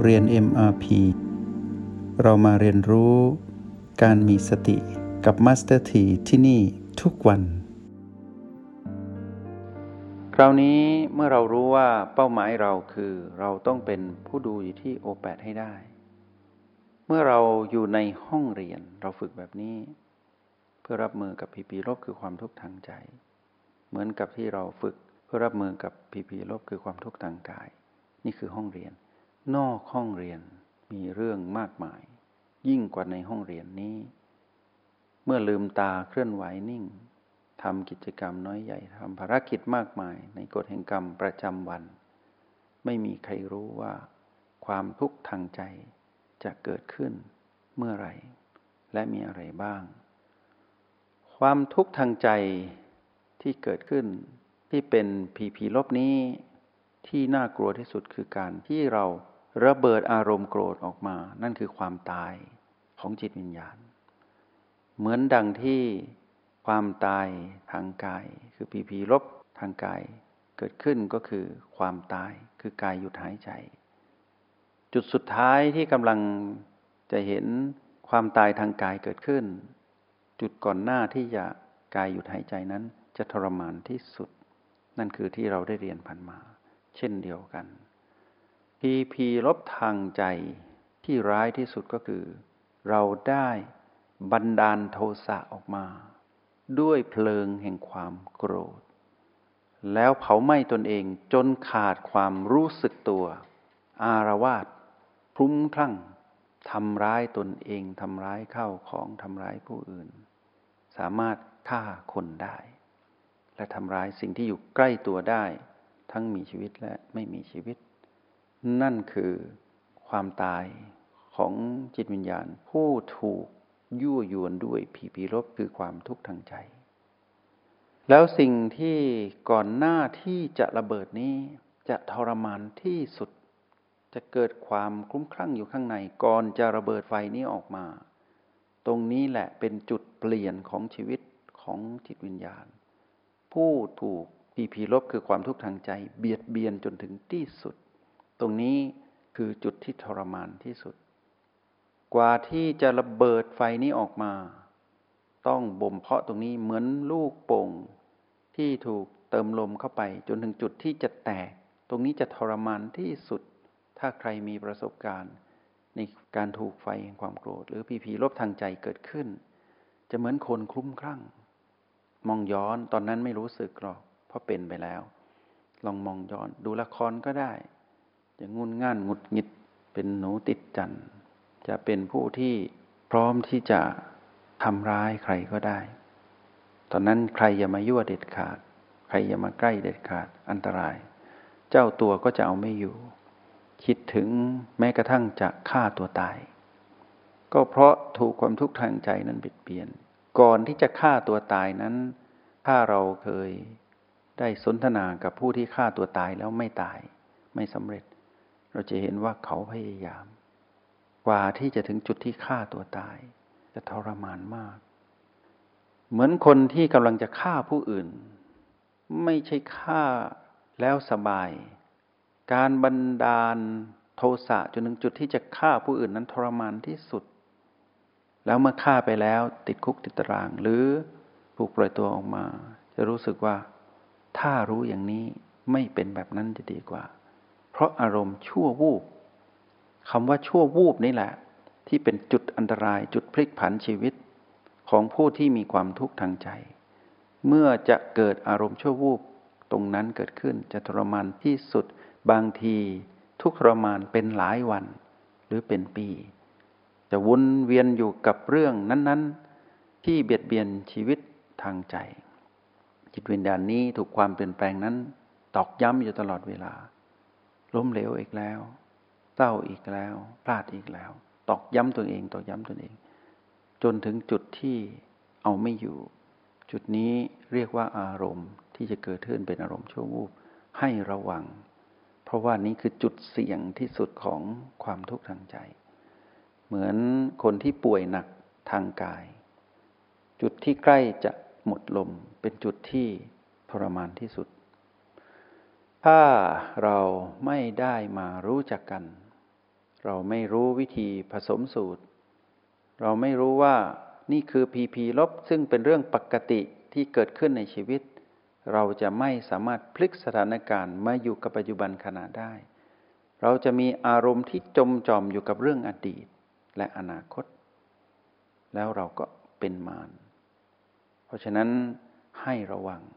เรียน MRP เรามาเรียนรู้การมีสติกับ Master T ที่นี่ทุกวันคราวนี้เมื่อเรารู้ว่าเป้าหมายเราคือเราต้องเป็นผู้ดูอยู่ที่ O8 ให้ได้เมื่อเราอยู่ในห้องเรียนเราฝึกแบบนี้เพื่อรับมือกับพีพีลบคือความทุกข์ทางใจเหมือนกับที่เราฝึกเพื่อรับมือกับพีพีลบคือความทุกข์ทางกายนี่คือห้องเรียนนอกห้องเรียนมีเรื่องมากมายยิ่งกว่าในห้องเรียนนี้เมื่อลืมตาเคลื่อนไหวนิ่งทำกิจกรรมน้อยใหญ่ทำภารกิจมากมายในกฎแห่งกรรมประจำวันไม่มีใครรู้ว่าความทุกข์ทางใจจะเกิดขึ้นเมื่อไหร่และมีอะไรบ้างความทุกข์ทางใจที่เกิดขึ้นที่เป็นพีลบนี้ที่น่ากลัวที่สุดคือการที่เราระเบิดอารมณ์โกรธออกมานั่นคือความตายของจิตวิญญาณเหมือนดังที่ความตายทางกายคือพีลบทางกายเกิดขึ้นก็คือความตายคือกายหยุดหายใจจุดสุดท้ายที่กำลังจะเห็นความตายทางกายเกิดขึ้นจุดก่อนหน้าที่จะกายหยุดหายใจนั้นจะทรมานที่สุดนั่นคือที่เราได้เรียนผ่านมาเช่นเดียวกันพีลบทางใจที่ร้ายที่สุดก็คือเราได้บันดาลโทสะออกมาด้วยเพลิงแห่งความโกรธแล้วเผาไหม้ตนเองจนขาดความรู้สึกตัวอารวาสพลุ้งคลั่งทำร้ายตนเองทำร้ายข้าวของทำร้ายผู้อื่นสามารถฆ่าคนได้และทำร้ายสิ่งที่อยู่ใกล้ตัวได้ทั้งมีชีวิตและไม่มีชีวิตนั่นคือความตายของจิตวิญญาณผู้ถูกยั่วยวนด้วยพีลบคือความทุกข์ทางใจแล้วสิ่งที่ก่อนหน้าที่จะระเบิดนี้จะทรมานที่สุดจะเกิดความคลุ้มคลั่งอยู่ข้างในก่อนจะระเบิดไฟนี้ออกมาตรงนี้แหละเป็นจุดเปลี่ยนของชีวิตของจิตวิญญาณผู้ถูกพีลบคือความทุกข์ทางใจเบียดเบียนจนถึงที่สุดตรงนี้คือจุดที่ทรมานที่สุดกว่าที่จะระเบิดไฟนี้ออกมาต้องบ่มเพาะตรงนี้เหมือนลูกโป่งที่ถูกเติมลมเข้าไปจนถึงจุดที่จะแตกตรงนี้จะทรมานที่สุดถ้าใครมีประสบการณ์ในการถูกไฟแห่งความโกรธหรือพีลบทางใจเกิดขึ้นจะเหมือนคนคลุ้มคลั่งมองย้อนตอนนั้นไม่รู้สึกหรอกเพราะเป็นไปแล้วลองมองย้อนดูละครก็ได้จะงุนง่านหงุดหงิดเป็นหนูติดจันจะเป็นผู้ที่พร้อมที่จะทำร้ายใครก็ได้ตอนนั้นใครอย่ามายั่วเด็ดขาดใครอย่ามาใกล้เด็ดขาดอันตรายเจ้าตัวก็จะเอาไม่อยู่คิดถึงแม้กระทั่งจะฆ่าตัวตายก็เพราะถูกความทุกข์ทางใจนั้นเบียดเบียนก่อนที่จะฆ่าตัวตายนั้นถ้าเราเคยได้สนทนากับผู้ที่ฆ่าตัวตายแล้วไม่ตายไม่สำเร็จเราจะเห็นว่าเขาพยายามกว่าที่จะถึงจุดที่ฆ่าตัวตายจะทรมานมากเหมือนคนที่กำลังจะฆ่าผู้อื่นไม่ใช่ฆ่าแล้วสบายการบันดาลโทสะจนถึงจุดที่จะฆ่าผู้อื่นนั้นทรมานที่สุดแล้วเมื่อฆ่าไปแล้วติดคุกติดตารางหรือถูกปล่อยตัวออกมาจะรู้สึกว่าถ้ารู้อย่างนี้ไม่เป็นแบบนั้นจะดีกว่าเพราะอารมณ์ชั่ววูบคำว่าชั่ววูบนี่แหละที่เป็นจุดอันตรายจุดพลิกผันชีวิตของผู้ที่มีความทุกข์ทางใจเมื่อจะเกิดอารมณ์ชั่ววูบตรงนั้นเกิดขึ้นจะทรมานที่สุดบางทีทุกข์ทรมานเป็นหลายวันหรือเป็นปีจะวนเวียนอยู่กับเรื่องนั้นๆที่เบียดเบียนชีวิตทางใจจิตวิญญาณนี้ถูกความเปลี่ยนแปลงนั้นตอกย้ำอยู่ตลอดเวลาล้มเหลวอีกแล้วเศร้าอีกแล้วพลาดอีกแล้วตอกย้ำตัวเองตอกย้ำตัวเองจนถึงจุดที่เอาไม่อยู่จุดนี้เรียกว่าอารมณ์ที่จะเกิดขึ้นเป็นอารมณ์ชั่ววูบให้ระวังเพราะว่านี้คือจุดเสี่ยงที่สุดของความทุกข์ทางใจเหมือนคนที่ป่วยหนักทางกายจุดที่ใกล้จะหมดลมเป็นจุดที่ทรมานที่สุดถ้าเราไม่ได้มารู้จักกันเราไม่รู้วิธีผสมสูตรเราไม่รู้ว่านี่คือพีลบซึ่งเป็นเรื่องปกติที่เกิดขึ้นในชีวิตเราจะไม่สามารถพลิกสถานการณ์มาอยู่กับปัจจุบันขณะได้เราจะมีอารมณ์ที่จมจ่อมอยู่กับเรื่องอดีตและอนาคตแล้วเราก็เป็นมารเพราะฉะนั้นให้ระวัง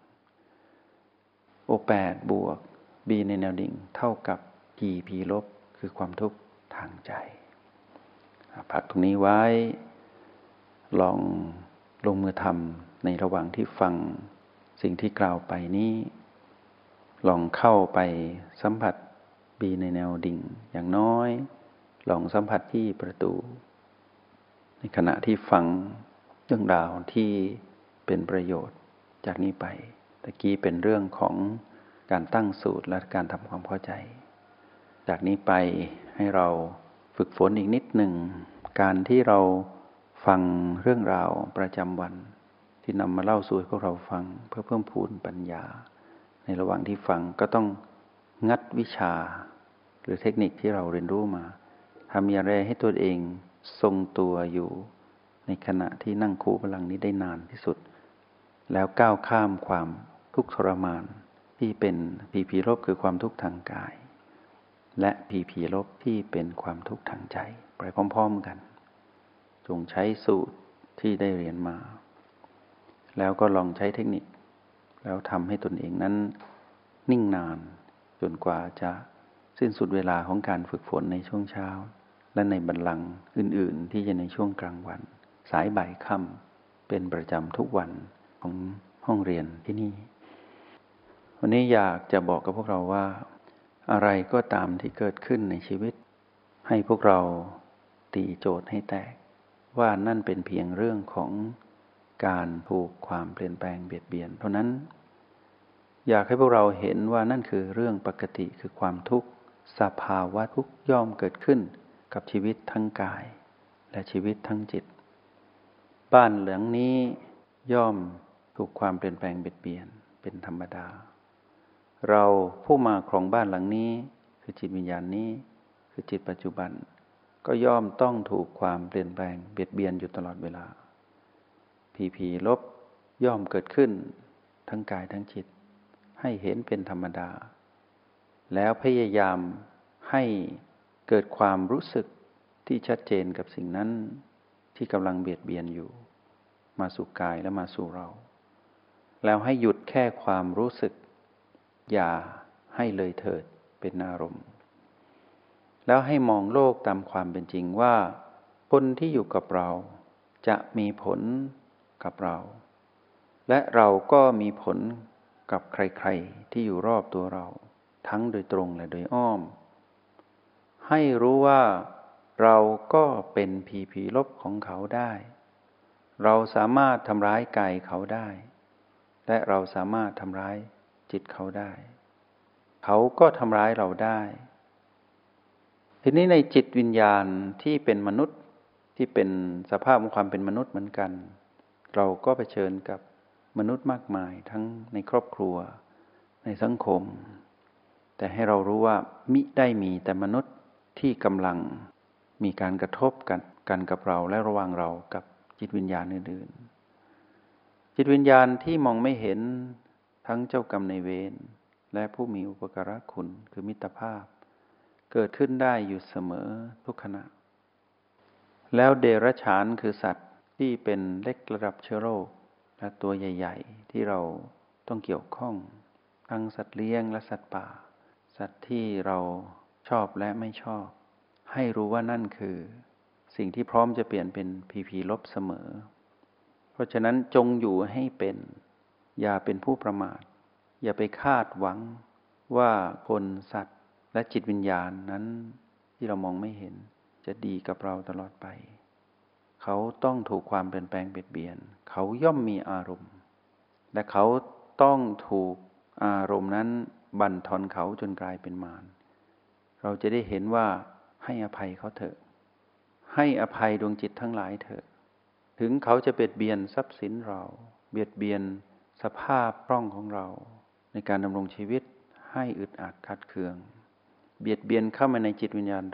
O8 บวก B ในแนวดิ่งเท่ากับ P ลบคือความทุกข์ทางใจพักตรงนี้ไว้ลองลงมือทำในระหว่างที่ฟังสิ่งที่กล่าวไปนี้ลองเข้าไปสัมผัส B ในแนวดิ่งอย่างน้อยลองสัมผัสที่ประตูในขณะที่ฟังเรื่องราวที่เป็นประโยชน์จากนี้ไปตะกี้เป็นเรื่องของการตั้งสูตรและการทำความเข้าใจจากนี้ไปให้เราฝึกฝนอีกนิดหนึ่งการที่เราฟังเรื่องราวประจำวันที่นำมาเล่าสู่ให้พวกเราฟังเพื่อเพิ่มพูนปัญญาในระหว่างที่ฟังก็ต้องงัดวิชาหรือเทคนิคที่เราเรียนรู้มาทำอย่างไรให้ตัวเองทรงตัวอยู่ในขณะที่นั่งคูบัลลังก์นี้ได้นานที่สุดแล้วก้าวข้ามความทุกข์ทรมานที่เป็นพีลบคือความทุกข์ทางกายและพีลบที่เป็นความทุกข์ทางใจไปพร้อมๆกันจงใช้สูตรที่ได้เรียนมาแล้วก็ลองใช้เทคนิคแล้วทำให้ตนเองนั้นนิ่งนานจนกว่าจะสิ้นสุดเวลาของการฝึกฝนในช่วงเช้าและในบัลลังก์อื่นๆที่จะในช่วงกลางวันสายบ่ายค่ำเป็นประจำทุกวันของห้องเรียนที่นี่วันนี้อยากจะบอกกับพวกเราว่าอะไรก็ตามที่เกิดขึ้นในชีวิตให้พวกเราตีโจทย์ให้แตกว่านั่นเป็นเพียงเรื่องของการถูกความเปลี่ยนแปลงเบียดเบียนเท่านั้นอยากให้พวกเราเห็นว่านั่นคือเรื่องปกติคือความทุกข์สภาวะทุกข์ย่อมเกิดขึ้นกับชีวิตทั้งกายและชีวิตทั้งจิตบ้านหลังนี้ย่อมถูกความเปลี่ยนแปลงเบียดเบียนเป็นธรรมดาเราผู้มาครองบ้านหลังนี้คือจิตวิญญาณนี้คือจิตปัจจุบันก็ย่อมต้องถูกความเปลี่ยนแปลงเบียดเบียนอยู่ตลอดเวลาพีลบย่อมเกิดขึ้นทั้งกายทั้งจิตให้เห็นเป็นธรรมดาแล้วพยายามให้เกิดความรู้สึกที่ชัดเจนกับสิ่งนั้นที่กำลังเบียดเบียนอยู่มาสู่กายและมาสู่เราแล้วให้หยุดแค่ความรู้สึกอย่าให้เลยเถิดเป็นอารมณ์แล้วให้มองโลกตามความเป็นจริงว่าคนที่อยู่กับเราจะมีผลกับเราและเราก็มีผลกับใครๆที่อยู่รอบตัวเราทั้งโดยตรงและโดยอ้อมให้รู้ว่าเราก็เป็นพีลบของเขาได้เราสามารถทำร้ายกายเขาได้และเราสามารถทำร้ายจิตเขาได้เขาก็ทำร้ายเราได้ทีนี้ในจิตวิญญาณที่เป็นมนุษย์ที่เป็นสภาพของความเป็นมนุษย์เหมือนกันเราก็เผชิญกับมนุษย์มากมายทั้งในครอบครัวในสังคมแต่ให้เรารู้ว่ามิได้มีแต่มนุษย์ที่กำลังมีการกระทบกันกับเราและระหว่างเรากับจิตวิญญาณอื่นๆจิตวิญญาณที่มองไม่เห็นทั้งเจ้ากรรมนายเวรและผู้มีอุปการะคุณคือมิตรภาพเกิดขึ้นได้อยู่เสมอทุกขณะแล้วเดรัจฉานคือสัตว์ที่เป็นเล็กระดับเชื้อโรคและตัวใหญ่ๆที่เราต้องเกี่ยวข้องทั้งสัตว์เลี้ยงและสัตว์ป่าสัตว์ที่เราชอบและไม่ชอบให้รู้ว่านั่นคือสิ่งที่พร้อมจะเปลี่ยนเป็นพีลบเสมอเพราะฉะนั้นจงอยู่ให้เป็นอย่าเป็นผู้ประมาทอย่าไปคาดหวังว่าคนสัตว์และจิตวิญญาณนั้นที่เรามองไม่เห็นจะดีกับเราตลอดไปเขาต้องถูกความเปลี่ยนแปลงเบียดเบียนเขาย่อมมีอารมณ์และเขาต้องถูกอารมณ์นั้นบั่นทอนเขาจนกลายเป็นมารเราจะได้เห็นว่าให้อภัยเขาเถอะให้อภัยดวงจิตทั้งหลายเถอะถึงเขาจะเบียดเบียนทรัพย์สินเราเบียดเบียนสภาพคล่องของเราในการดำรงชีวิตให้อึดอัดขัดเคืองเบียดเบียนเข้ามาในจิตวิญญาณเรา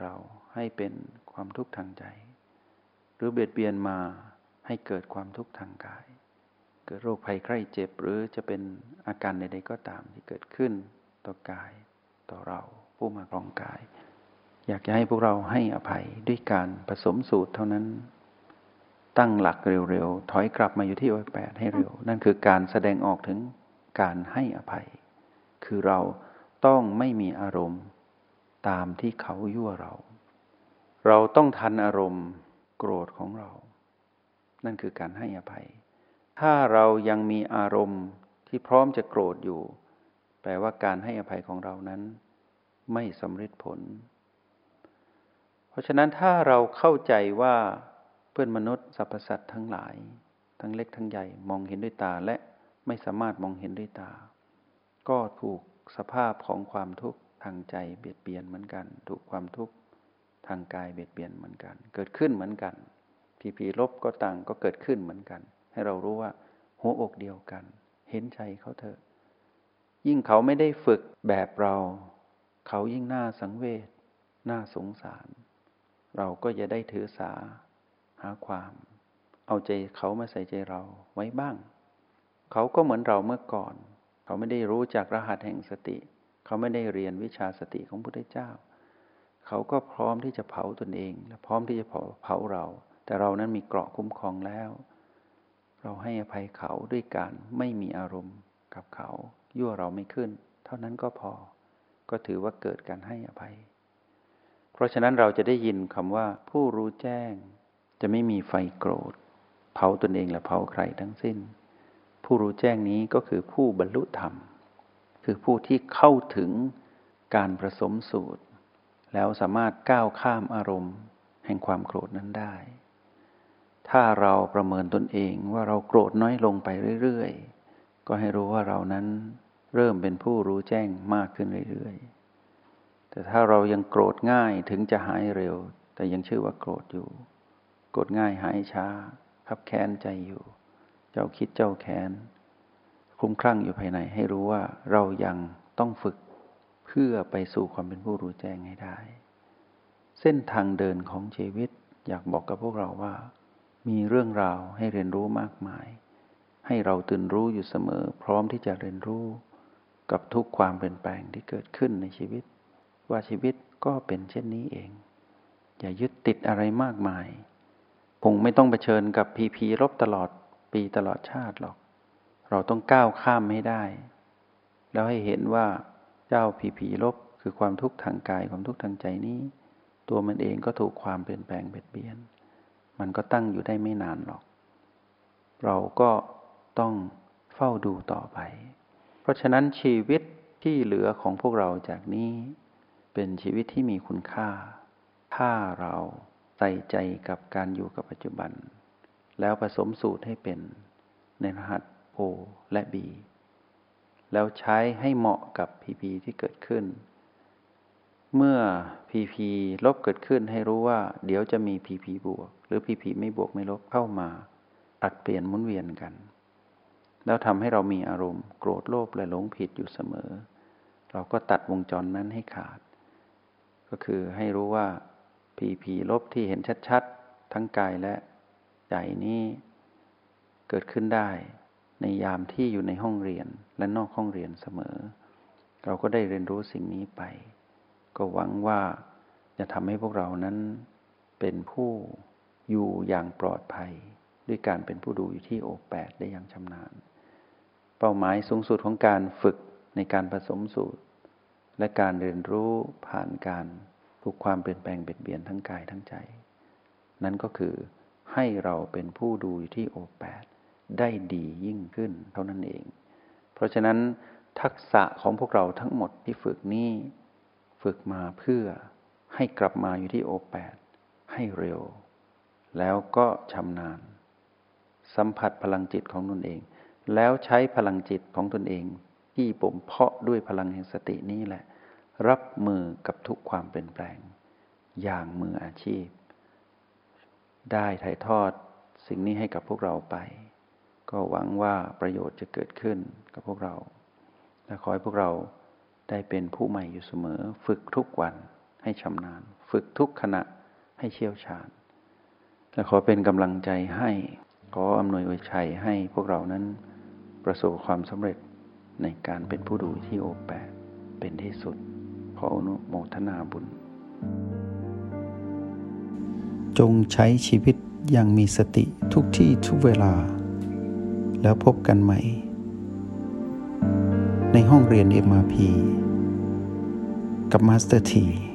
ให้เป็นความทุกข์ทางใจหรือเบียดเบียนมาให้เกิดความทุกข์ทางกายเกิดโรคภัยไข้เจ็บหรือจะเป็นอาการใดๆก็ตามที่เกิดขึ้นต่อกายต่อเราผู้มาครองกายอยากจะให้พวกเราให้อภัยด้วยการผสมสูตรเท่านั้นตั้งหลักเร็วๆถอยกลับมาอยู่ที่8ให้เร็วนั่นคือการแสดงออกถึงการให้อภัยคือเราต้องไม่มีอารมณ์ตามที่เขายั่วเราต้องทันอารมณ์โกรธของเรานั่นคือการให้อภัยถ้าเรายังมีอารมณ์ที่พร้อมจะโกรธอยู่แปลว่าการให้อภัยของเรานั้นไม่สำเร็จผลเพราะฉะนั้นถ้าเราเข้าใจว่าเพื่อนมนุษย์สรรพสัตว์ทั้งหลายทั้งเล็กทั้งใหญ่มองเห็นด้วยตาและไม่สามารถมองเห็นด้วยตาก็ถูกสภาพของความทุกข์ทางใจเบียดเบียนเหมือนกันถูกความทุกข์ทางกายเบียดเบียนเหมือนกันเกิดขึ้นเหมือนกันผีลบก็ต่างก็เกิดขึ้นเหมือนกันให้เรารู้ว่าหัวอกเดียวกันเห็นใจเขาเถอะยิ่งเขาไม่ได้ฝึกแบบเราเขายิ่งน่าสังเวชน่าสงสารเราก็จะได้ถือสาหาความเอาใจเขามาใส่ใจเราไว้บ้างเขาก็เหมือนเราเมื่อก่อนเขาไม่ได้รู้จักรหัสแห่งสติเขาไม่ได้เรียนวิชาสติของพระพุทธเจ้าเขาก็พร้อมที่จะเผาตนเองและพร้อมที่จะเผาเราแต่เรานั้นมีเกราะคุ้มครองแล้วเราให้อภัยเขาด้วยการไม่มีอารมณ์กับเขายั่วเราไม่ขึ้นเท่านั้นก็พอก็ถือว่าเกิดการให้อภัยเพราะฉะนั้นเราจะได้ยินคำว่าผู้รู้แจ้งจะไม่มีไฟโกรธเผาตนเองและเผาใครทั้งสิ้นผู้รู้แจ้งนี้ก็คือผู้บรรลุธรรมคือผู้ที่เข้าถึงการผสมสูตรแล้วสามารถก้าวข้ามอารมณ์แห่งความโกรธนั้นได้ถ้าเราประเมินตนเองว่าเราโกรธน้อยลงไปเรื่อยๆก็ให้รู้ว่าเรานั้นเริ่มเป็นผู้รู้แจ้งมากขึ้นเรื่อยๆแต่ถ้าเรายังโกรธง่ายถึงจะหายเร็วแต่ยังชื่อว่าโกรธอยู่โกรธง่ายหายช้าคับแค้นใจอยู่เจ้าคิดเจ้าแค้นคลุ้มคลั่งอยู่ภายในให้รู้ว่าเรายังต้องฝึกเพื่อไปสู่ความเป็นผู้รู้แจ้งให้ได้เส้นทางเดินของชีวิตอยากบอกกับพวกเราว่ามีเรื่องราวให้เรียนรู้มากมายให้เราตื่นรู้อยู่เสมอพร้อมที่จะเรียนรู้กับทุกความเปลี่ยนแปลงที่เกิดขึ้นในชีวิตว่าชีวิตก็เป็นเช่นนี้เองอย่ายึดติดอะไรมากมายคงไม่ต้องเผชิญกับผีรบตลอดปีตลอดชาติหรอกเราต้องก้าวข้ามให้ได้แล้วให้เห็นว่าเจ้าผีรบคือความทุกข์ทางกายความทุกข์ทางใจนี้ตัวมันเองก็ถูกความเปลี่ยนแปลงเบียดเบียนมันก็ตั้งอยู่ได้ไม่นานหรอกเราก็ต้องเฝ้าดูต่อไปเพราะฉะนั้นชีวิตที่เหลือของพวกเราจากนี้เป็นชีวิตที่มีคุณค่าถ้าเราใส่ใจกับการอยู่กับปัจจุบันแล้วผสมสูตรให้เป็นในรหัส O และ B แล้วใช้ให้เหมาะกับ PP ที่เกิดขึ้นเมื่อ PP ลบเกิดขึ้นให้รู้ว่าเดี๋ยวจะมี PP บวกหรือ PP ไม่บวกไม่ลบเข้ามาผลัดเปลี่ยนหมุนเวียนกันแล้วทำให้เรามีอารมณ์โกรธโลภและหลงผิดอยู่เสมอเราก็ตัดวงจรนั้นให้ขาดก็คือให้รู้ว่า PP ลบที่เห็นชัดๆทั้งกายและใจนี้เกิดขึ้นได้ในยามที่อยู่ในห้องเรียนและนอกห้องเรียนเสมอเราก็ได้เรียนรู้สิ่งนี้ไปก็หวังว่าจะทำให้พวกเรานั้นเป็นผู้อยู่อย่างปลอดภัยด้วยการเป็นผู้ดูอยู่ที่โอ8ได้อย่างชำนาญเป้าหมายสูงสุดของการฝึกในการผสมสูตรและการเรียนรู้ผ่านการถูกความเปลี่ยนแปลงเบียดเบียนทั้งกายทั้งใจนั่นก็คือให้เราเป็นผู้ดูอยู่ที่โอ8ได้ดียิ่งขึ้นเท่านั้นเองเพราะฉะนั้นทักษะของพวกเราทั้งหมดที่ฝึกนี้ฝึกมาเพื่อให้กลับมาอยู่ที่โอ8ให้เร็วแล้วก็ชำนาญสัมผัสพลังจิตของตนเองแล้วใช้พลังจิตของตนเองที่บ่มเพาะด้วยพลังแห่งสตินี้แหละรับมือกับทุกความเปลี่ยนแปลงอย่างมืออาชีพได้ถ่ายทอดสิ่งนี้ให้กับพวกเราไปก็หวังว่าประโยชน์จะเกิดขึ้นกับพวกเราและขอให้พวกเราได้เป็นผู้ใหม่อยู่เสมอฝึกทุกวันให้ชำนาญฝึกทุกขณะให้เชี่ยวชาญและขอเป็นกำลังใจให้ขออำนวยอวยชัยให้พวกเรานั้นประสบความสำเร็จในการเป็นผู้ดูที่โอแปดเป็นที่สุดขออนุโมทนาบุญจงใช้ชีวิตอย่างมีสติทุกที่ทุกเวลาแล้วพบกันใหม่ในห้องเรียน MRP กับมาสเตอร์ที